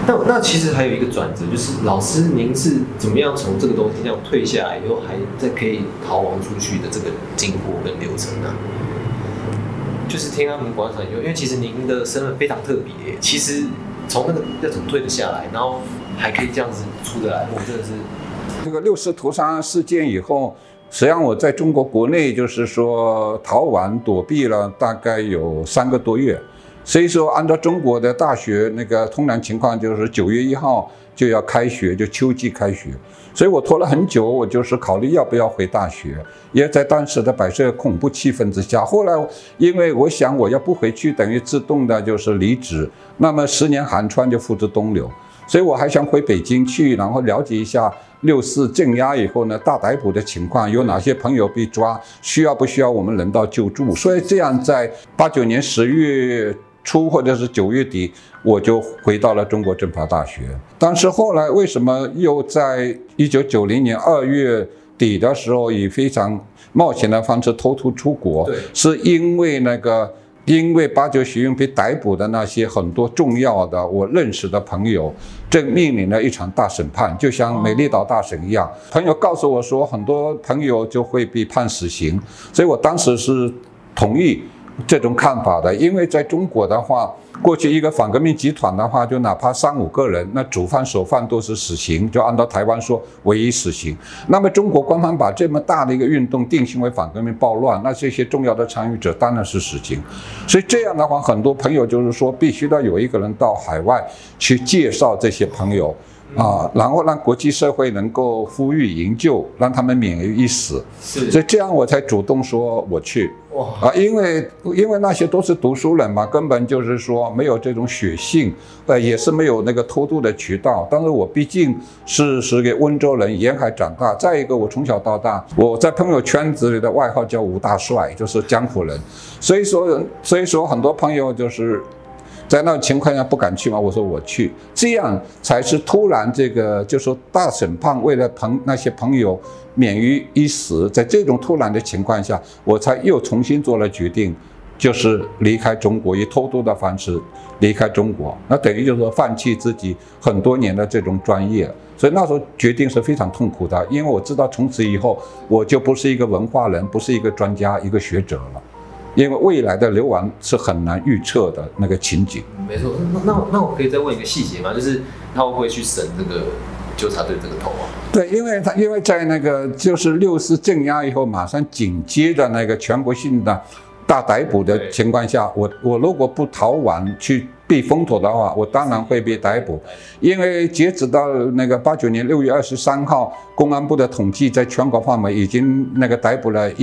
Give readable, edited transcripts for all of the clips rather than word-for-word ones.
那其实还有一个转折，就是老师您是怎么样从这个东西这样退下来以后，还再可以逃亡出去的这个经过跟流程呢？就是天安门广场以后，因为其实您的身份非常特别，其实从那个要怎么退得下来，然后还可以这样子出得来，我真的是这个6·4屠杀事件以后。实际上我在中国国内就是说逃亡躲避了大概有3个多月，所以说按照中国的大学那个通常情况，就是9月1号就要开学，就秋季开学，所以我拖了很久，我就是考虑要不要回大学，也在当时的摆设恐怖气氛之下，后来因为我想我要不回去，等于自动的就是离职，那么10年寒窗就付之东流。所以我还想回北京去，然后了解一下6·4镇压以后呢，大逮捕的情况，有哪些朋友被抓，不需要我们人道救助。所以这样在89年10月初或者是9月底，我就回到了中国政法大学。但是后来为什么又在1990年2月底的时候，以非常冒险的方式偷渡出国？是因为89学运被逮捕的那些很多重要的我认识的朋友，正面临了一场大审判，就像美丽岛大审一样。朋友告诉我说，很多朋友就会被判死刑，所以我当时是同意这种看法的。因为在中国的话，过去一个反革命集团的话，就哪怕3、5个人，那主犯、首犯都是死刑，就按照台湾说唯一死刑。那么中国官方把这么大的一个运动定性为反革命暴乱，那这些重要的参与者当然是死刑。所以这样的话，很多朋友就是说，必须要有一个人到海外去介绍这些朋友然后让国际社会能够呼吁营救，让他们免于一死。所以这样我才主动说我去。因为那些都是读书人嘛，根本就是说没有这种血性，也是没有那个偷渡的渠道。但是我毕竟是个温州人，沿海长大。再一个，我从小到大，我在朋友圈子里的外号叫吴大帅，就是江湖人。所以说很多朋友就是在那种情况下不敢去嘛，我说我去，这样才是突然这个就说大审判，为了那些朋友免于一死，在这种突然的情况下，我才又重新做了决定，就是离开中国，以偷渡的方式离开中国，那等于就是说放弃自己很多年的这种专业。所以那时候决定是非常痛苦的，因为我知道从此以后我就不是一个文化人，不是一个专家，一个学者了。因为未来的流亡是很难预测的那个情景。 没错，那我可以再问一个细节吗？就是他会不会去审这个纠察队这个头啊？ 对，因为在那个就是6·4镇压以后，马上紧接着那个全国性的大逮捕的情况下，我如果不逃亡去避风头的话，我当然会被逮捕。因为截止到那个89年6月23号，公安部的统计，在全国范围已经那个逮捕了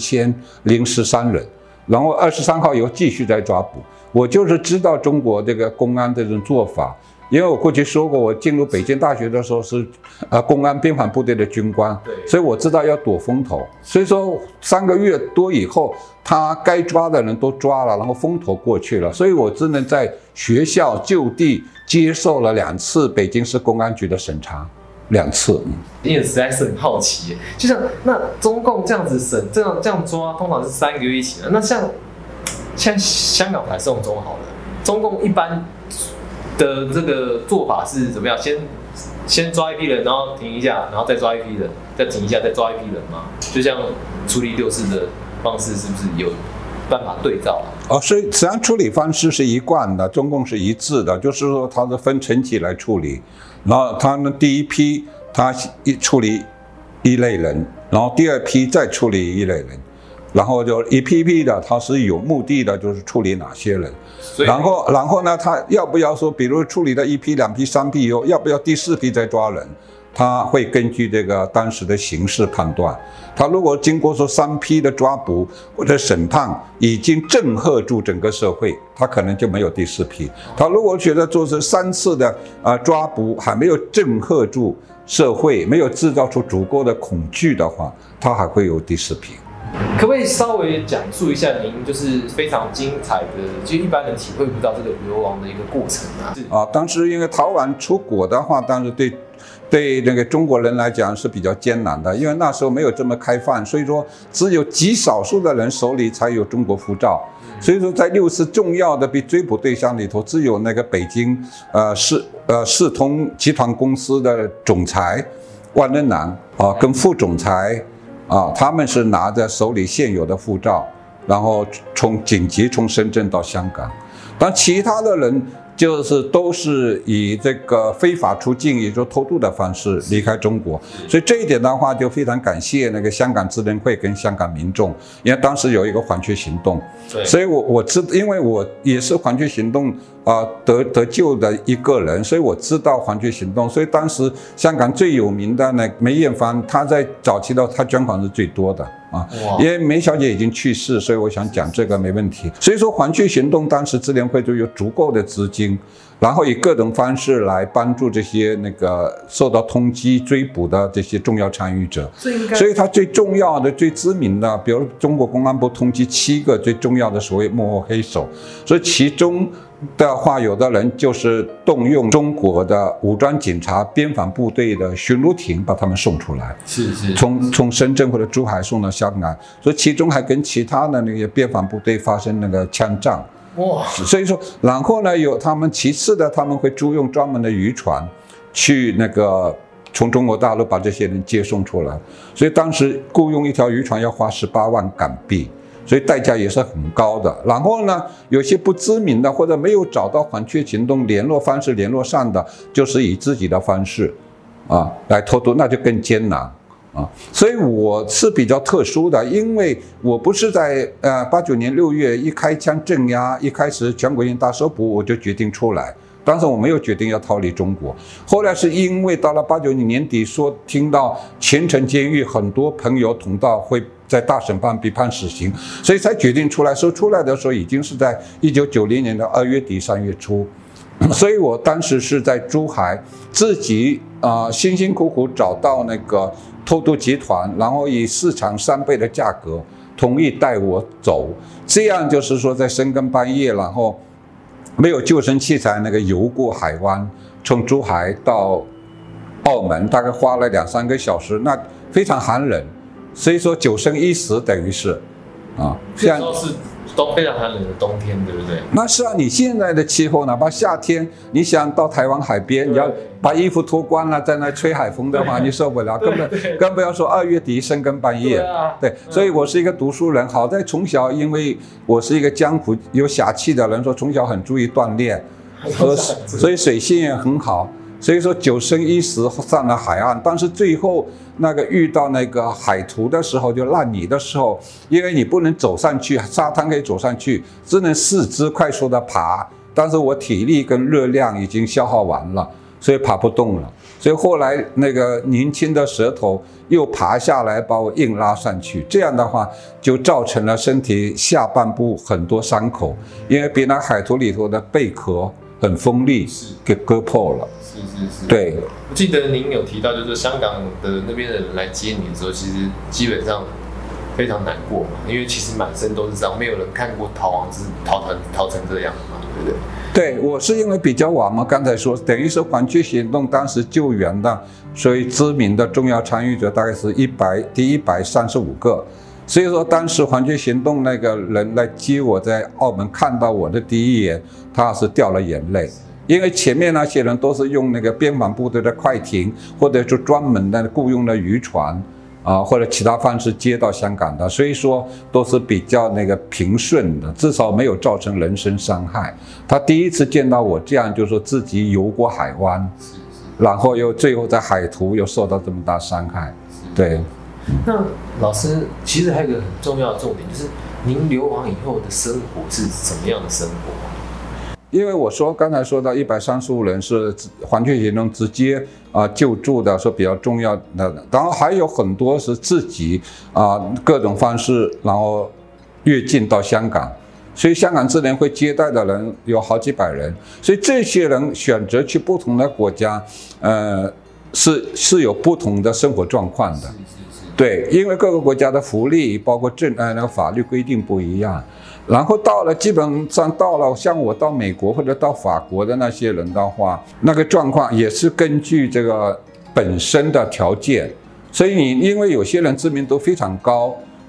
11013人。然后23号以后继续再抓捕，我就是知道中国这个公安这种做法，因为我过去说过，我进入北京大学的时候是公安边防部队的军官，所以我知道要躲风头。所以说3个月多以后，他该抓的人都抓了，然后风头过去了，所以我只能在学校就地接受了2次北京市公安局的审查。2次， 因为实在是很好奇，就像那中共这样子审，这样抓，通常是3个月一起的。那像香港反送中好了，中共一般的这个做法是怎么样？先抓一批人，然后停一下，然后再抓一批人，再停一下，再抓一批人嘛？就像处理6·4的方式，是不是有办法对照啊？ 所以实际上处理方式是一贯的，中共是一致的，就是说它是分层级来处理。然后他们第一批他处理一类人，然后第2批再处理一类人，然后就一批批的，他是有目的的，就是处理哪些人。然后呢，他要不要说，比如处理了1批、2批、3批以后，要不要第4批再抓人？他会根据这个当时的形势判断。他如果经过说3批的抓捕或者审判已经震慑住整个社会，他可能就没有第4批。他如果觉得做是3次的抓捕还没有震慑住社会，没有制造出足够的恐惧的话，他还会有第4批。 可不可以稍微讲述一下您就是非常精彩的，就一般人体会不到这个流亡的一个过程啊？ 当时因为逃亡出国的话，当时对那个中国人来讲是比较艰难的，因为那时候没有这么开放，所以说只有极少数的人手里才有中国护照。 所以说在6次重要的被追捕对象里头，只有那个北京世通集团公司的总裁万仁南跟副总裁他们是拿着手里现有的护照，然后紧急从深圳到香港，但其他的人就是都是以这个非法出境，也就是偷渡的方式离开中国，所以这一点的话就非常感谢那个香港支联会跟香港民众，因为当时有一个还缺行动，所以我因为我也是还缺行动得救的一个人，所以我知道还缺行动，所以当时香港最有名的那梅艳芳，她在早期的她捐款是最多的。因为梅小姐已经去世，所以我想讲这个没问题。所以说还缺行动当时支联会就有足够的资金，然后以各种方式来帮助这些那个受到通缉追捕的这些重要参与者。所以它最重要的、最知名的，比如中国公安部通缉7个最重要的所谓幕后黑手，所以其中的话，有的人就是动用中国的武装警察、边防部队的巡逻艇把他们送出来，从深圳或者珠海送到香港，所以其中还跟其他的那些边防部队发生那个枪战。所以说，然后呢，其次的他们会租用专门的渔船去那个从中国大陆把这些人接送出来，所以当时雇佣一条渔船要花18万港币。所以代价也是很高的。然后呢，有些不知名的或者没有找到还缺行动联络方式联络上的，就是以自己的方式来偷渡，那就更艰难所以我是比较特殊的，因为我不是在89年6月一开枪镇压，一开始全国性大搜捕我就决定出来。当时我没有决定要逃离中国，后来是因为到了89年年底，听到前程监狱很多朋友同道会在大审判被判死刑，所以才决定出来。出来的时候已经是在1990年的2月底3月初，所以我当时是在珠海自己辛辛苦苦找到那个偷渡集团，然后以市场3倍的价格同意带我走，这样就是说在深更半夜，然后没有救生器材，那个游过海湾，从珠海到澳门，大概花了2-3个小时，那非常寒冷，所以说9生1死等于是这时候是都非常寒冷的冬天，对不对？ 那是你现在的气候，哪怕夏天，你想到台湾海边，你要把衣服脱光了，在那吹海风的话，你受不了，更不要说2月底深更半夜。对，所以我是一个读书人，好在从小，因为我是一个江湖有侠气的人，说从小很注意锻炼，所以水性也很好。所以说9生1死上了海岸，但是最后那个遇到那个海图的时候，就烂泥的时候，因为你不能走上去，沙滩可以走上去，只能4肢快速的爬，但是我体力跟热量已经消耗完了，所以爬不动了。所以后来那个年轻的蛇头又爬下来把我硬拉上去，这样的话就造成了身体下半部很多伤口，因为比那海图里头的贝壳很锋利，给割破了。 是。 对， 我记得您有提到，就是香港的那边的人来接你的时候，其实基本上非常难过嘛，因为其实满身都是伤，没有人看过逃亡是逃成这样嘛，对不对？ 对，我是因为比较晚嘛，刚才说等于是还缺行动当时救援的，所以知名的重要参与者大概是第135个。所以说当时还缺行动那个人来接我，在澳门看到我的第一眼，他是掉了眼泪。因为前面那些人都是用那个边防部队的快艇，或者就专门的雇佣的渔船或者其他方式接到香港的，所以说都是比较那个平顺的，至少没有造成人身伤害。他第一次见到我这样，就说自己游过海湾，然后又最后在海图又受到这么大伤害。对。 那老师其实还有一个很重要的重点，就是您流亡以后的生活是什么样的生活？ 因为我刚才说到135人是还缺行动直接救助的，说比较重要的，然后还有很多是自己各种方式，然后越境到香港，所以香港支联会接待的人有好几百人，所以这些人选择去不同的国家，是有不同的生活状况的。对，因为各个国家的福利包括那个法律规定不一样。然后基本上到了像我到美国或者到法国的那些人的话，那个状况也是根据这个本身的条件，所以因为有些人知名度非常高，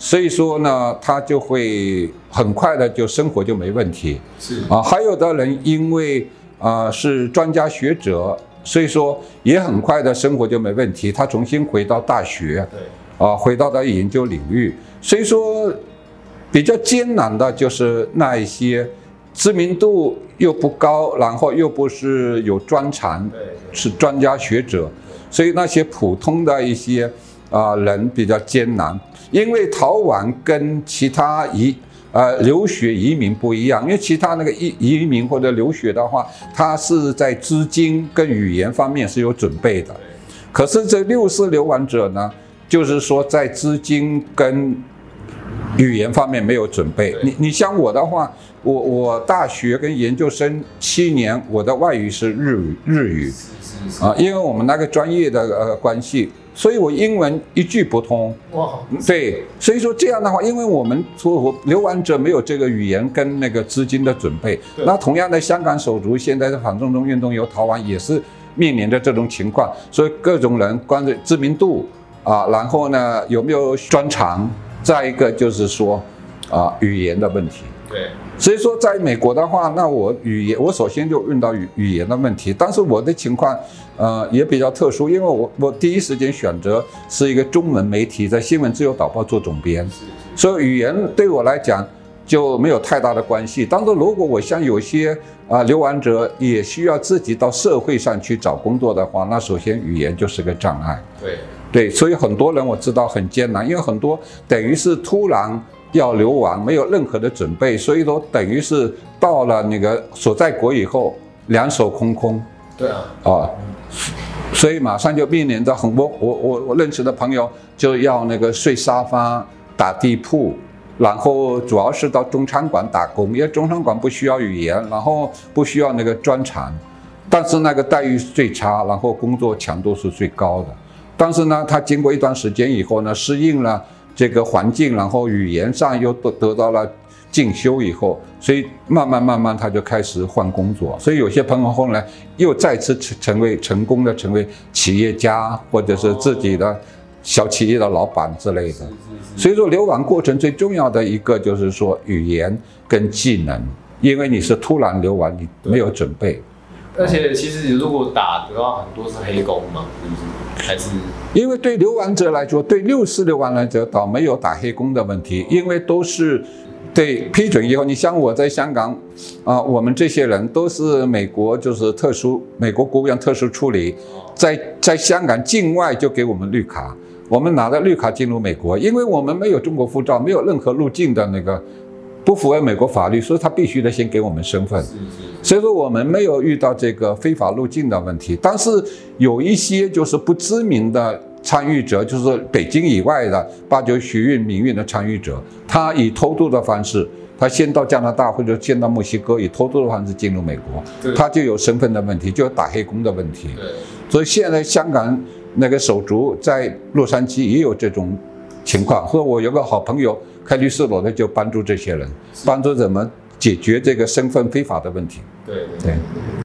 所以说呢，他就会很快的就生活就没问题。 是还有的人因为是专家学者，所以说也很快的生活就没问题，他重新回到大学， 对， 回到他研究领域。所以说比较艰难的就是那一些知名度又不高，然后又不是有专长，是专家学者，所以那些普通的一些人比较艰难。因为逃亡跟其他留学移民不一样，因为其他那个移民或者留学的话，他是在资金跟语言方面是有准备的。可是这64流亡者呢，就是说在资金跟语言方面没有准备。你像我的话，我大学跟研究生7年，我的外语是日语因为我们那个专业的关系，所以我英文一句不通。 哇， 对，所以说这样的话，因为我们流亡者没有这个语言跟那个资金的准备，那同样的香港手足现在的反送中运动有逃亡也是面临着这种情况，所以各种人关于知名度然后呢有没有专长，再一个就是说语言的问题。 对， 所以说在美国的话，那我首先就遇到语言的问题，但是我的情况也比较特殊，因为我第一时间选择是一个中文媒体，在新闻自由导报做总编，所以语言对我来讲就没有太大的关系。但是如果我像有些流亡者也需要自己到社会上去找工作的话，那首先语言就是个障碍。对，所以很多人我知道很艰难，因为很多等于是突然要流亡，没有任何的准备，所以说等于是到了那个所在国以后两手空空。 对啊， 所以马上就面临着我认识的朋友就要那个睡沙发、打地铺，然后主要是到中餐馆打工，因为中餐馆不需要语言，然后不需要那个专长，但是那个待遇最差，然后工作强度是最高的。但是呢，他经过一段时间以后呢，适应了这个环境，然后语言上又得到了进修以后，所以慢慢他就开始换工作。所以有些朋友后来又再次成功的成为企业家，或者是自己的小企业的老板之类的。所以说流亡过程最重要的一个就是说语言跟技能，因为你是突然流亡，你没有准备。 而且其实如果打的话，很多是黑工嘛，是不是？还是因为对流亡者来说，对64流亡者倒没有打黑工的问题，因为都是对批准以后，你像我在香港我们这些人都是美国就是美国国务院特殊处理，在香港境外就给我们绿卡，我们拿着绿卡进入美国，因为我们没有中国护照，没有任何入境的那个。不符合美国法律，所以他必须得先给我们身份。所以说我们没有遇到这个非法入境的问题，但是有一些就是不知名的参与者，就是北京以外的89学运民运的参与者，他以偷渡的方式，他先到加拿大或者先到墨西哥，以偷渡的方式进入美国，他就有身份的问题，就有打黑工的问题。所以现在香港那个手足在洛杉矶也有这种情况，或者我有个好朋友开律师楼的，就帮助这些人，帮助怎么解决这个身份非法的问题。 对。